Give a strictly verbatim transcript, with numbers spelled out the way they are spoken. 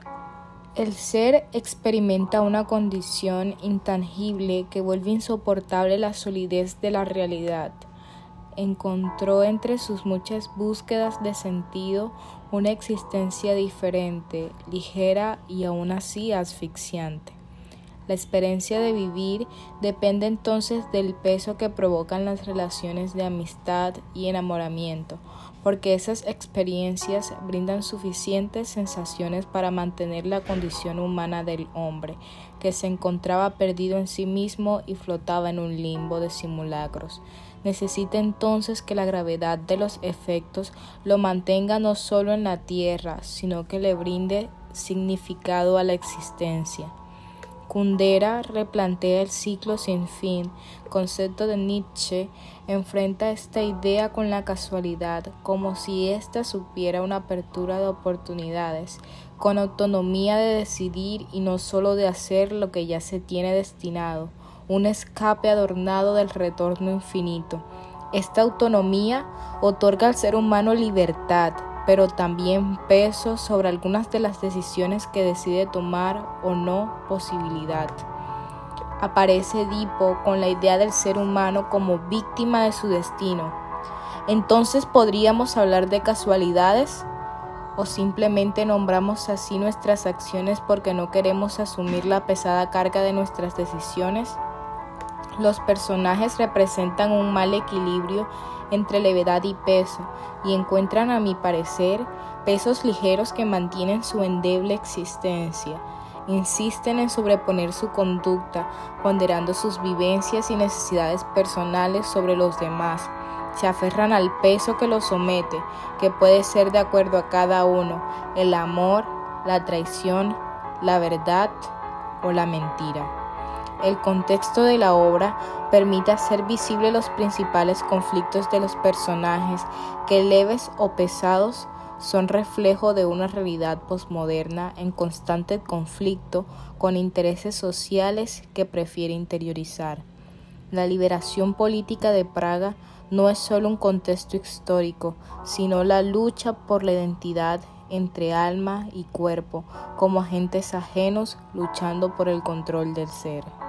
El ser experimenta una condición intangible que vuelve insoportable la solidez de la realidad. Encontró entre sus muchas búsquedas de sentido una existencia diferente, ligera y aún así asfixiante. La experiencia de vivir depende entonces del peso que provocan las relaciones de amistad y enamoramiento, porque esas experiencias brindan suficientes sensaciones para mantener la condición humana del hombre, que se encontraba perdido en sí mismo y flotaba en un limbo de simulacros. Necesita entonces que la gravedad de los efectos lo mantenga no solo en la tierra, sino que le brinde significado a la existencia. Kundera replantea el ciclo sin fin, concepto de Nietzsche, enfrenta esta idea con la casualidad, como si ésta supiera una apertura de oportunidades, con autonomía de decidir y no solo de hacer lo que ya se tiene destinado, un escape adornado del retorno infinito. Esta autonomía otorga al ser humano libertad, pero también peso sobre algunas de las decisiones que decide tomar o no posibilidad. Aparece Edipo con la idea del ser humano como víctima de su destino. Entonces, ¿podríamos hablar de casualidades? ¿O simplemente nombramos así nuestras acciones porque no queremos asumir la pesada carga de nuestras decisiones? Los personajes representan un mal equilibrio entre levedad y peso, y encuentran, a mi parecer, pesos ligeros que mantienen su endeble existencia. Insisten en sobreponer su conducta, ponderando sus vivencias y necesidades personales sobre los demás. Se aferran al peso que los somete, que puede ser de acuerdo a cada uno, el amor, la traición, la verdad o la mentira. El contexto de la obra permite hacer visibles los principales conflictos de los personajes, que leves o pesados son reflejo de una realidad posmoderna en constante conflicto con intereses sociales que prefiere interiorizar. La liberación política de Praga no es solo un contexto histórico, sino la lucha por la identidad entre alma y cuerpo, como agentes ajenos luchando por el control del ser.